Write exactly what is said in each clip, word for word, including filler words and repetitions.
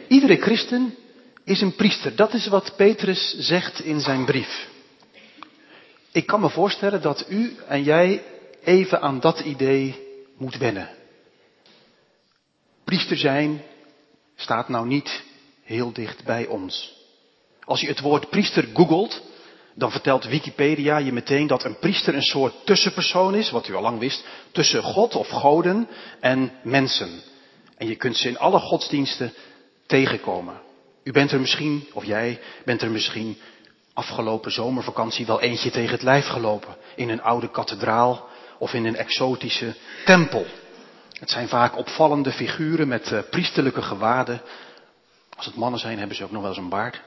Iedere christen is een priester. Dat is wat Petrus zegt in zijn brief. Ik kan me voorstellen dat u en jij even aan dat idee moet wennen. Priester zijn staat nou niet heel dicht bij ons. Als je het woord priester googelt, dan vertelt Wikipedia je meteen dat een priester een soort tussenpersoon is, wat u al lang wist, tussen God of goden en mensen. En je kunt ze in alle godsdiensten tegenkomen. U bent er misschien, of jij bent er misschien afgelopen zomervakantie wel eentje tegen het lijf gelopen. In een oude kathedraal of in een exotische tempel. Het zijn vaak opvallende figuren met uh, priesterlijke gewaden. Als het mannen zijn, hebben ze ook nog wel eens een baard.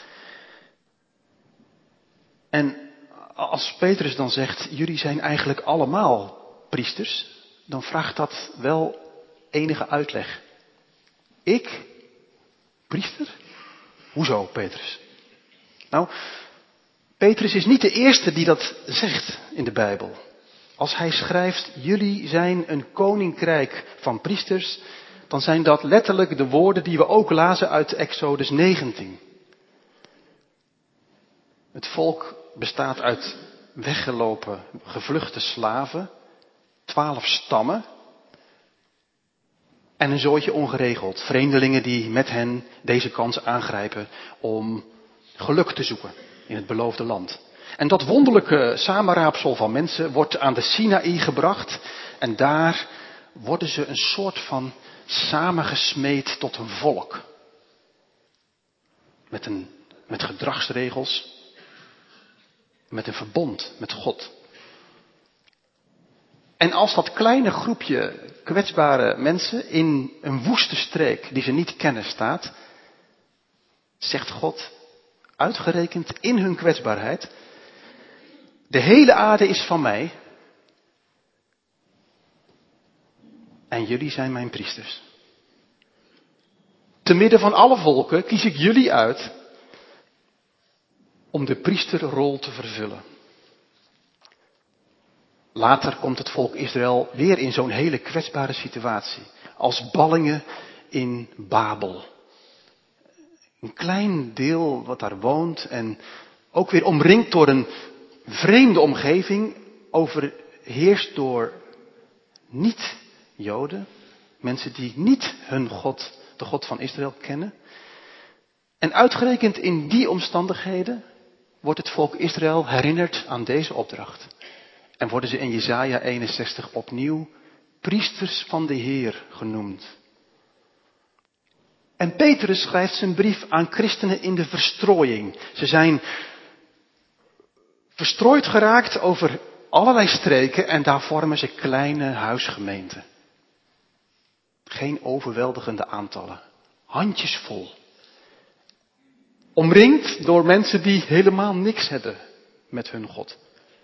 En als Petrus dan zegt, jullie zijn eigenlijk allemaal priesters, dan vraagt dat wel enige uitleg. Ik? Priester? Hoezo, Petrus? Nou, Petrus is niet de eerste die dat zegt in de Bijbel. Als hij schrijft, jullie zijn een koninkrijk van priesters, dan zijn dat letterlijk de woorden die we ook lazen uit Exodus negentien. Het volk bestaat uit weggelopen, gevluchte slaven, twaalf stammen en een zootje ongeregeld. Vreemdelingen die met hen deze kans aangrijpen om geluk te zoeken in het beloofde land. En dat wonderlijke samenraapsel van mensen wordt aan de Sinaï gebracht en daar worden ze een soort van samengesmeed tot een volk. Met, een, met gedragsregels, met een verbond met God. En als dat kleine groepje kwetsbare mensen in een woeste streek die ze niet kennen staat, zegt God, uitgerekend in hun kwetsbaarheid, de hele aarde is van mij en jullie zijn mijn priesters. Te midden van alle volken kies ik jullie uit om de priesterrol te vervullen. Later komt het volk Israël weer in zo'n hele kwetsbare situatie. Als ballingen in Babel. Een klein deel wat daar woont en ook weer omringd door een vreemde omgeving, overheerst door niet-Joden, mensen die niet hun God, de God van Israël, kennen. En uitgerekend in die omstandigheden wordt het volk Israël herinnerd aan deze opdracht. En worden ze in Jesaja eenenzestig opnieuw priesters van de Heer genoemd. En Petrus schrijft zijn brief aan christenen in de verstrooiing. Ze zijn verstrooid geraakt over allerlei streken en daar vormen ze kleine huisgemeenten. Geen overweldigende aantallen. Handjesvol. Omringd door mensen die helemaal niks hebben met hun God.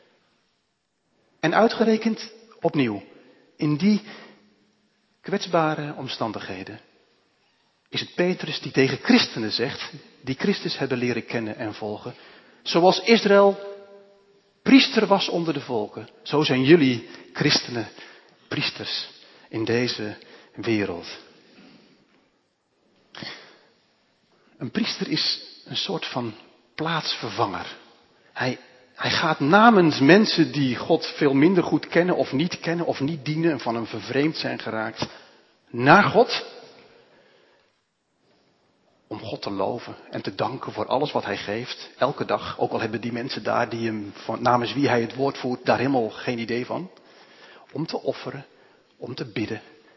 En uitgerekend opnieuw, in die kwetsbare omstandigheden, is het Petrus die tegen christenen zegt, die Christus hebben leren kennen en volgen. Zoals Israël priester was onder de volken, zo zijn jullie christenen priesters in deze wereld. Een priester is een soort van plaatsvervanger. Hij, hij gaat namens mensen die God veel minder goed kennen of niet kennen of niet dienen en van hem vervreemd zijn geraakt, naar God. Om God te loven en te danken voor alles wat hij geeft, elke dag. Ook al hebben die mensen daar, die hem, namens wie hij het woord voert, daar helemaal geen idee van. Om te offeren, om te bidden.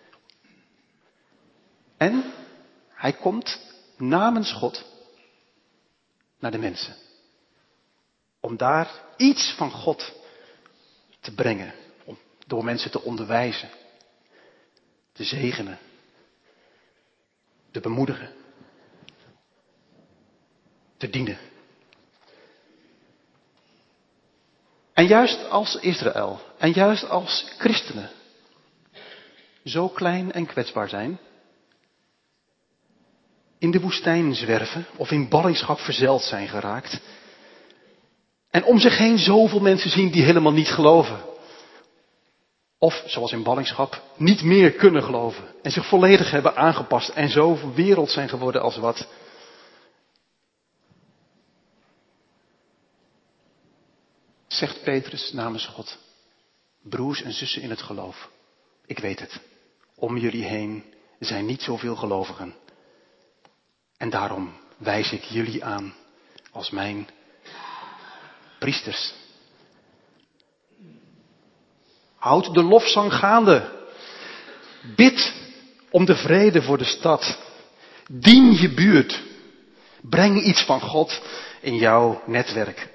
En hij komt namens God naar de mensen. Om daar iets van God te brengen. Om door mensen te onderwijzen. Te zegenen. Te bemoedigen. Te dienen. En juist als Israël, en juist als christenen, zo klein en kwetsbaar zijn, in de woestijn zwerven of in ballingschap verzeild zijn geraakt, en om zich heen zoveel mensen zien die helemaal niet geloven, Of, zoals in ballingschap, niet meer kunnen geloven. En zich volledig hebben aangepast en zo wereld zijn geworden als wat. Zegt Petrus namens God, broers en zussen in het geloof, ik weet het, om jullie heen zijn niet zoveel gelovigen. En daarom wijs ik jullie aan als mijn priesters. Houd de lofzang gaande. Bid om de vrede voor de stad. Dien je buurt. Breng iets van God in jouw netwerk.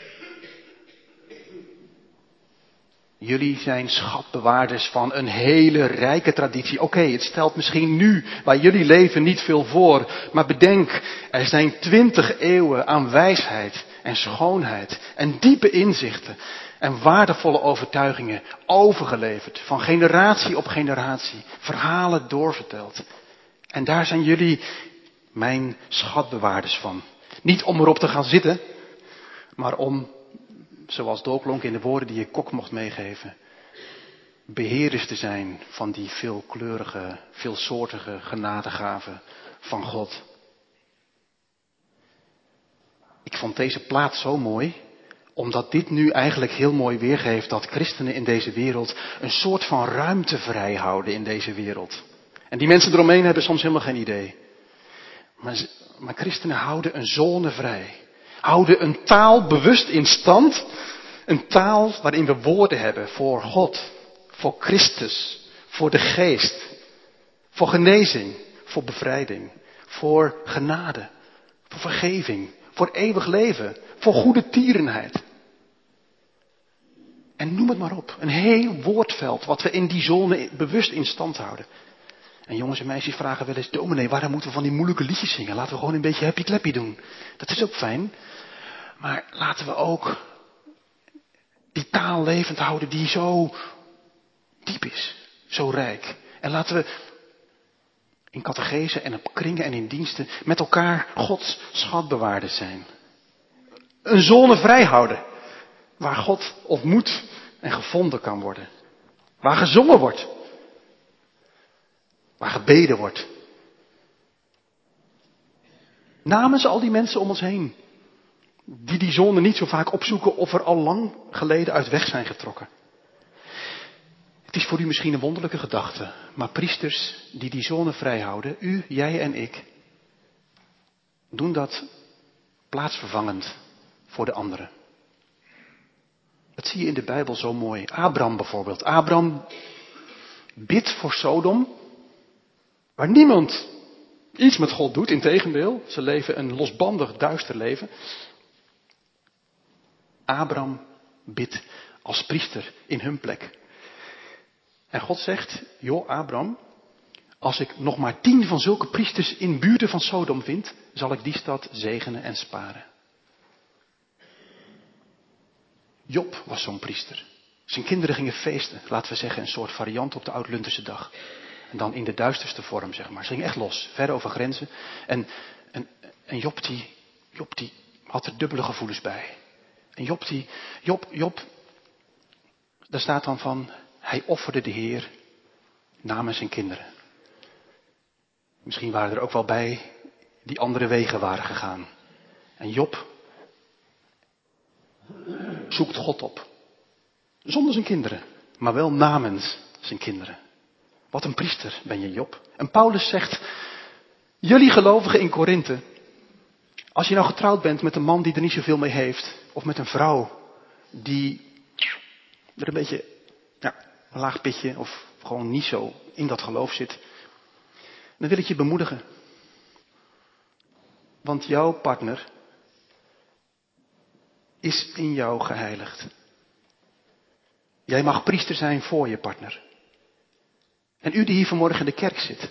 Jullie zijn schatbewaarders van een hele rijke traditie. Oké, okay, het stelt misschien nu waar jullie leven niet veel voor. Maar bedenk, er zijn twintig eeuwen aan wijsheid en schoonheid en diepe inzichten en waardevolle overtuigingen overgeleverd. Van generatie op generatie. Verhalen doorverteld. En daar zijn jullie mijn schatbewaarders van. Niet om erop te gaan zitten, maar om, zoals doorklonk in de woorden die je Kok mocht meegeven, beheerders te zijn van die veelkleurige, veelsoortige genadegaven van God. Ik vond deze plaat zo mooi, omdat dit nu eigenlijk heel mooi weergeeft dat christenen in deze wereld een soort van ruimte vrij houden in deze wereld. En die mensen eromheen hebben soms helemaal geen idee. Maar, maar christenen houden een zone vrij. Houden een taal bewust in stand. Een taal waarin we woorden hebben voor God, voor Christus, voor de geest, voor genezing, voor bevrijding, voor genade, voor vergeving, voor eeuwig leven, voor goede tierenheid. En noem het maar op. Een heel woordveld wat we in die zone bewust in stand houden. En jongens en meisjes vragen wel eens, dominee, waarom moeten we van die moeilijke liedjes zingen? Laten we gewoon een beetje happy clappy doen. Dat is ook fijn. Maar laten we ook die taal levend houden die zo diep is. Zo rijk. En laten we in catechese en op kringen en in diensten met elkaar Gods schatbewaarders zijn. Een zone vrij houden. Waar God ontmoet en gevonden kan worden. Waar gezongen wordt. Waar gebeden wordt. Namens al die mensen om ons heen. Die die zone niet zo vaak opzoeken of er al lang geleden uit weg zijn getrokken. Het is voor u misschien een wonderlijke gedachte. Maar priesters die die zone vrij houden, u, jij en ik, doen dat plaatsvervangend voor de anderen. Dat zie je in de Bijbel zo mooi. Abraham bijvoorbeeld. Abraham bidt voor Sodom, waar niemand iets met God doet. Integendeel, ze leven een losbandig, duister leven. Abraham bidt als priester in hun plek. En God zegt, joh Abraham, als ik nog maar tien van zulke priesters in buurten van Sodom vind, zal ik die stad zegenen en sparen. Job was zo'n priester. Zijn kinderen gingen feesten, laten we zeggen een soort variant op de Oud-Lunterse dag. En dan in de duisterste vorm, zeg maar. Ze gingen echt los, ver over grenzen. En, en, en Job, die, Job die had er dubbele gevoelens bij. En Job, die, Job, Job, daar staat dan van, hij offerde de Heer namens zijn kinderen. Misschien waren er ook wel bij die andere wegen waren gegaan. En Job zoekt God op. Zonder zijn kinderen, maar wel namens zijn kinderen. Wat een priester ben je, Job. En Paulus zegt, jullie gelovigen in Korinthe, als je nou getrouwd bent met een man die er niet zoveel mee heeft, of met een vrouw die er een beetje, ja, een laag pitje, of gewoon niet zo in dat geloof zit, dan wil ik je bemoedigen. Want jouw partner is in jou geheiligd. Jij mag priester zijn voor je partner. En u die hier vanmorgen in de kerk zit.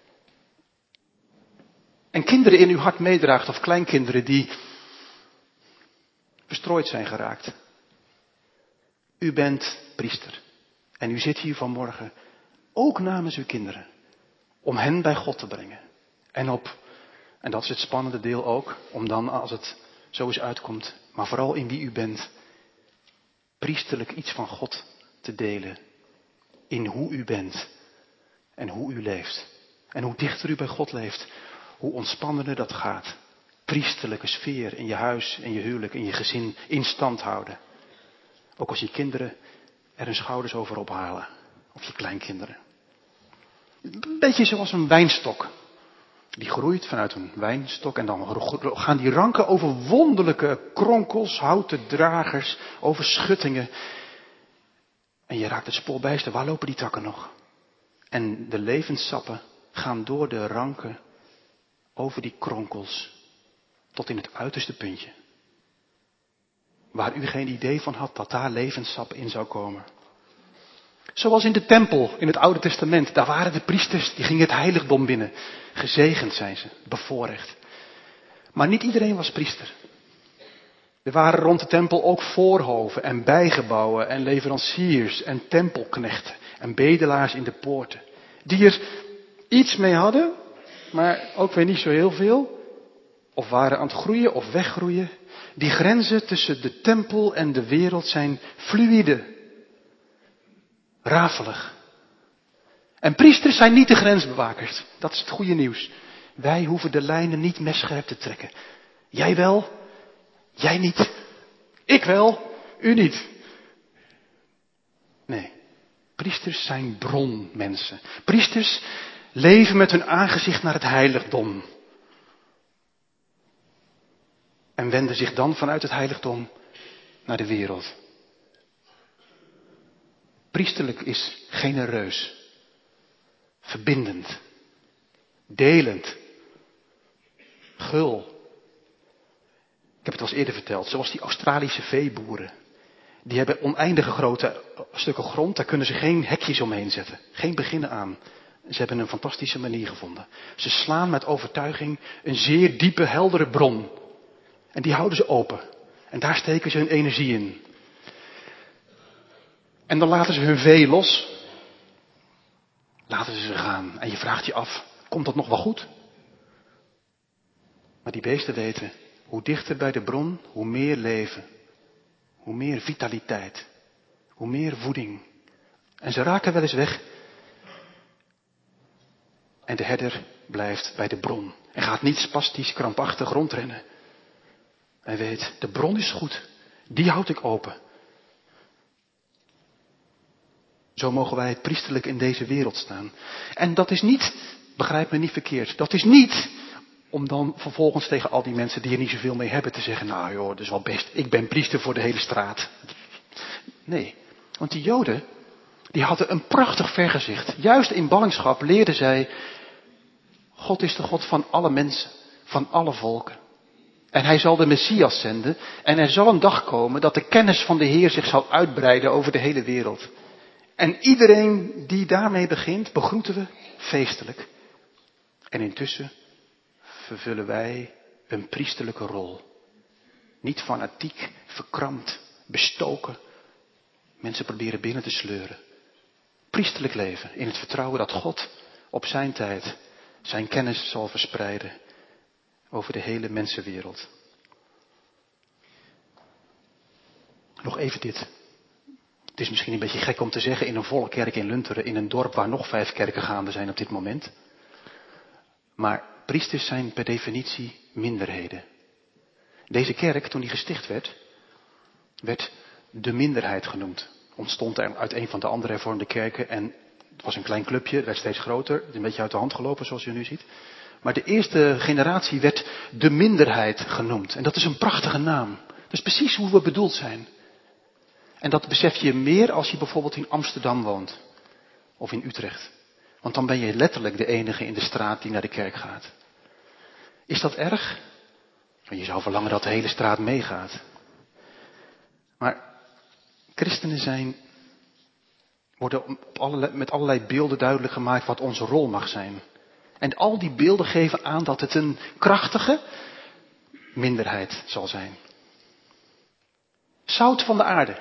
En kinderen in uw hart meedraagt, of kleinkinderen die verstrooid zijn geraakt. U bent priester. En u zit hier vanmorgen ook namens uw kinderen. Om hen bij God te brengen. En op, en dat is het spannende deel ook, om dan als het zo eens uitkomt, maar vooral in wie u bent, priesterlijk iets van God te delen in hoe u bent en hoe u leeft. En hoe dichter u bij God leeft, hoe ontspannender dat gaat. Priesterlijke sfeer in je huis, in je huwelijk, in je gezin in stand houden. Ook als je kinderen er hun schouders over ophalen. Of je kleinkinderen. Een beetje zoals een wijnstok. Die groeit vanuit een wijnstok en dan gaan die ranken over wonderlijke kronkels, houten dragers, over schuttingen. En je raakt het spoor bijster. Waar lopen die takken nog? En de levenssappen gaan door de ranken over die kronkels tot in het uiterste puntje. Waar u geen idee van had dat daar levenssap in zou komen. Zoals in de tempel in het Oude Testament. Daar waren de priesters, die gingen het heiligdom binnen. Gezegend zijn ze, bevoorrecht. Maar niet iedereen was priester. Er waren rond de tempel ook voorhoven en bijgebouwen en leveranciers en tempelknechten en bedelaars in de poorten. Die er iets mee hadden, maar ook weer niet zo heel veel. Of waren aan het groeien of weggroeien. Die grenzen tussen de tempel en de wereld zijn fluïde. Rafelig. En priesters zijn niet de grensbewakers. Dat is het goede nieuws. Wij hoeven de lijnen niet messcherp te trekken. Jij wel, jij niet. Ik wel, u niet. Nee, priesters zijn bronmensen. Priesters leven met hun aangezicht naar het heiligdom. En wenden zich dan vanuit het heiligdom naar de wereld. Priesterlijk is genereus. Verbindend. Delend. Gul. Ik heb het wel eens eerder verteld. Zoals die Australische veeboeren. Die hebben oneindige grote stukken grond. Daar kunnen ze geen hekjes omheen zetten. Geen beginnen aan. Ze hebben een fantastische manier gevonden. Ze slaan met overtuiging een zeer diepe, heldere bron. En die houden ze open. En daar steken ze hun energie in. En dan laten ze hun vee los. Laten ze ze gaan. En je vraagt je af, komt dat nog wel goed? Maar die beesten weten, hoe dichter bij de bron, hoe meer leven. Hoe meer vitaliteit. Hoe meer voeding. En ze raken wel eens weg. En de herder blijft bij de bron. En gaat niet spastisch, krampachtig rondrennen. Hij weet, de bron is goed. Die houd ik open. Zo mogen wij priesterlijk in deze wereld staan. En dat is niet, begrijp me niet verkeerd, dat is niet om dan vervolgens tegen al die mensen die er niet zoveel mee hebben te zeggen, nou joh, dat is wel best, ik ben priester voor de hele straat. Nee, want die Joden, die hadden een prachtig vergezicht. Juist in ballingschap leerden zij, God is de God van alle mensen, van alle volken. En hij zal de Messias zenden en er zal een dag komen dat de kennis van de Heer zich zal uitbreiden over de hele wereld. En iedereen die daarmee begint, begroeten we feestelijk. En intussen vervullen wij een priesterlijke rol. Niet fanatiek, verkrampt, bestoken. Mensen proberen binnen te sleuren. Priesterlijk leven in het vertrouwen dat God op zijn tijd zijn kennis zal verspreiden over de hele mensenwereld. Nog even dit. Het is misschien een beetje gek om te zeggen in een volle kerk in Lunteren, in een dorp waar nog vijf kerken gaande zijn op dit moment. Maar priesters zijn per definitie minderheden. Deze kerk, toen die gesticht werd, werd de minderheid genoemd. Ontstond er uit een van de andere hervormde kerken en het was een klein clubje, het werd steeds groter, het is een beetje uit de hand gelopen zoals je nu ziet. Maar de eerste generatie werd de minderheid genoemd. En dat is een prachtige naam. Dat is precies hoe we bedoeld zijn. En dat besef je meer als je bijvoorbeeld in Amsterdam woont. Of in Utrecht. Want dan ben je letterlijk de enige in de straat die naar de kerk gaat. Is dat erg? Je zou verlangen dat de hele straat meegaat. Maar christenen zijn, worden op allerlei, met allerlei beelden duidelijk gemaakt wat onze rol mag zijn. En al die beelden geven aan dat het een krachtige minderheid zal zijn. Zout van de aarde.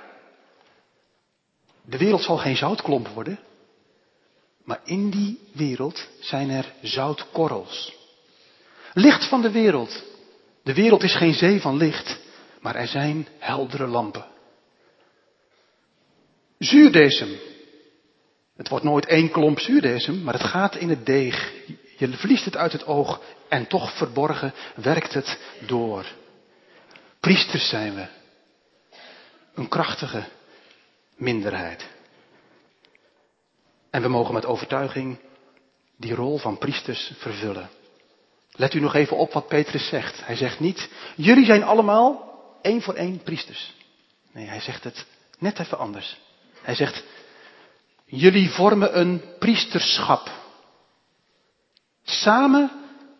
De wereld zal geen zoutklomp worden. Maar in die wereld zijn er zoutkorrels. Licht van de wereld. De wereld is geen zee van licht. Maar er zijn heldere lampen. Zuurdesem. Het wordt nooit één klomp zuurdesem, maar het gaat in het deeg. Je verliest het uit het oog en toch verborgen werkt het door. Priesters zijn we. Een krachtige minderheid. En we mogen met overtuiging die rol van priesters vervullen. Let u nog even op wat Petrus zegt. Hij zegt niet, jullie zijn allemaal één voor één priesters. Nee, hij zegt het net even anders. Hij zegt, jullie vormen een priesterschap. Samen,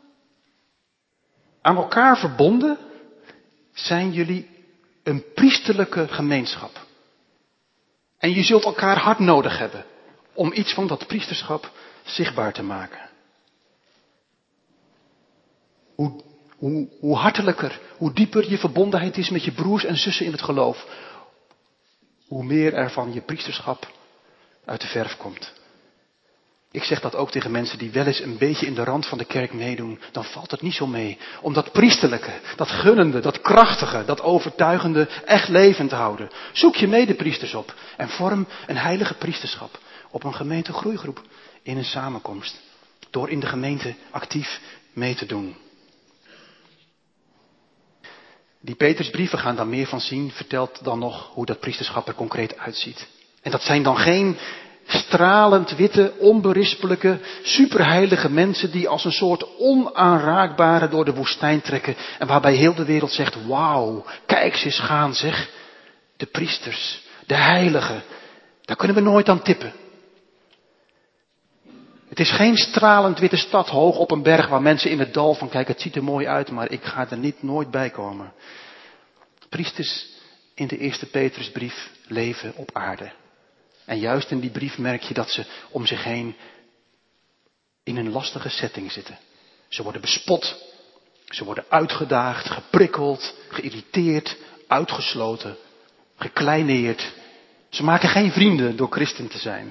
aan elkaar verbonden, zijn jullie een priesterlijke gemeenschap. En je zult elkaar hard nodig hebben om iets van dat priesterschap zichtbaar te maken. Hoe, hoe, hoe hartelijker, hoe dieper je verbondenheid is met je broers en zussen in het geloof, hoe meer er van je priesterschap uit de verf komt. Ik zeg dat ook tegen mensen die wel eens een beetje in de rand van de kerk meedoen. Dan valt het niet zo mee. Om dat priesterlijke, dat gunnende, dat krachtige, dat overtuigende echt levend te houden. Zoek je medepriesters op en vorm een heilige priesterschap op een gemeentegroeigroep in een samenkomst. Door in de gemeente actief mee te doen. Die Petersbrieven gaan daar meer van zien, vertelt dan nog hoe dat priesterschap er concreet uitziet. En dat zijn dan geen stralend witte, onberispelijke, superheilige mensen die als een soort onaanraakbare door de woestijn trekken. En waarbij heel de wereld zegt, wauw, kijk ze eens gaan zeg. De priesters, de heiligen, daar kunnen we nooit aan tippen. Het is geen stralend witte stad hoog op een berg waar mensen in het dal van kijk het ziet er mooi uit, maar ik ga er niet nooit bij komen. Priesters in de eerste Petrusbrief leven op aarde. En juist in die brief merk je dat ze om zich heen in een lastige setting zitten. Ze worden bespot, ze worden uitgedaagd, geprikkeld, geïrriteerd, uitgesloten, gekleineerd. Ze maken geen vrienden door christen te zijn.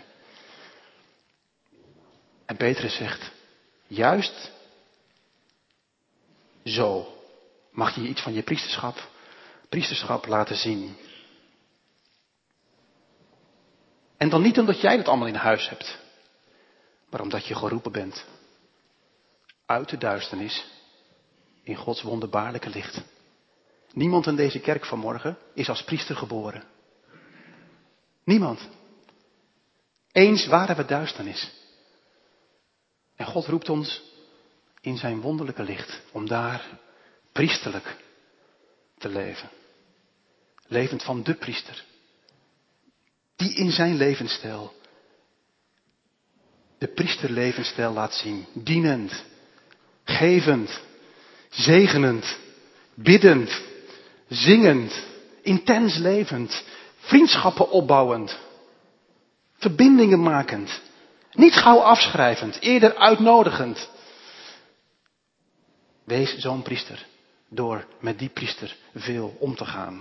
En Petrus zegt, juist zo mag je iets van je priesterschap, priesterschap laten zien. En dan niet omdat jij het allemaal in huis hebt, maar omdat je geroepen bent uit de duisternis in Gods wonderbaarlijke licht. Niemand in deze kerk vanmorgen is als priester geboren. Niemand. Eens waren we duisternis. En God roept ons in zijn wonderlijke licht om daar priesterlijk te leven. Levend van de priester. Die in zijn levensstijl de priesterlevensstijl laat zien. Dienend, gevend, zegenend, biddend, zingend, intens levend, vriendschappen opbouwend, verbindingen makend. Niet gauw afschrijvend, eerder uitnodigend. Wees zo'n priester door met die priester veel om te gaan.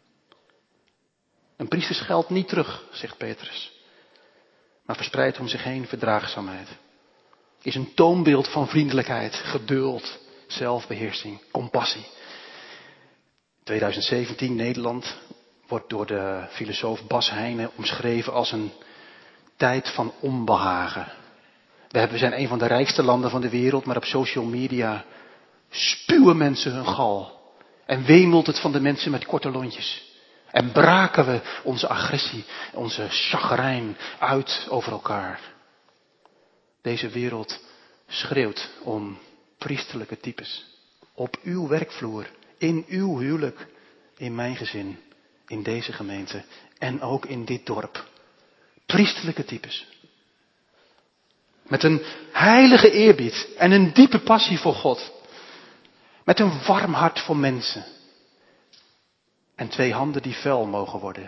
Een priester scheldt niet terug, zegt Petrus. Maar verspreidt om zich heen verdraagzaamheid. Is een toonbeeld van vriendelijkheid, geduld, zelfbeheersing, compassie. twintig zeventien Nederland wordt door de filosoof Bas Heijnen omschreven als een tijd van onbehagen. We, hebben, we zijn een van de rijkste landen van de wereld, maar op social media spuwen mensen hun gal. En wemelt het van de mensen met korte lontjes. En braken we onze agressie, onze chagrijn uit over elkaar. Deze wereld schreeuwt om priesterlijke types. Op uw werkvloer, in uw huwelijk, in mijn gezin, in deze gemeente en ook in dit dorp. Priesterlijke types. Met een heilige eerbied en een diepe passie voor God. Met een warm hart voor mensen. En twee handen die vuil mogen worden.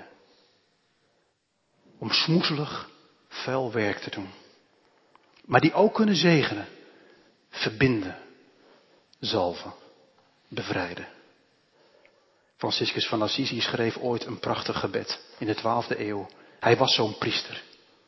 Om smoezelig, vuil werk te doen. Maar die ook kunnen zegenen, verbinden, zalven, bevrijden. Franciscus van Assisi schreef ooit een prachtig gebed in de twaalfde eeuw. Hij was zo'n priester.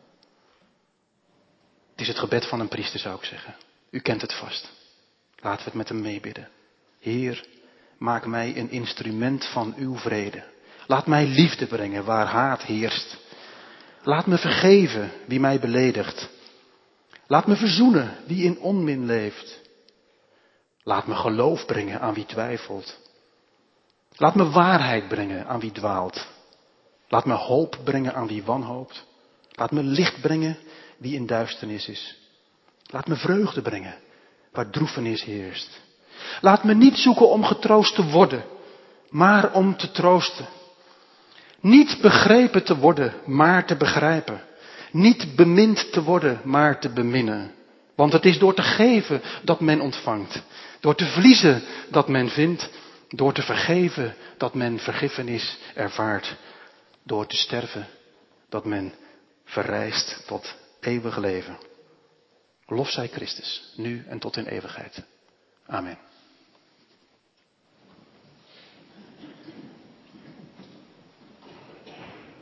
Het is het gebed van een priester, zou ik zeggen. U kent het vast. Laten we het met hem meebidden. Heer, maak mij een instrument van uw vrede. Laat mij liefde brengen waar haat heerst. Laat me vergeven wie mij beledigt. Laat me verzoenen wie in onmin leeft. Laat me geloof brengen aan wie twijfelt. Laat me waarheid brengen aan wie dwaalt. Laat me hoop brengen aan wie wanhoopt. Laat me licht brengen wie in duisternis is. Laat me vreugde brengen waar droefenis heerst. Laat me niet zoeken om getroost te worden, maar om te troosten. Niet begrepen te worden, maar te begrijpen. Niet bemind te worden, maar te beminnen. Want het is door te geven dat men ontvangt. Door te verliezen dat men vindt. Door te vergeven dat men vergiffenis ervaart. Door te sterven dat men verrijst tot eeuwig leven. Lof zij Christus, nu en tot in eeuwigheid. Amen.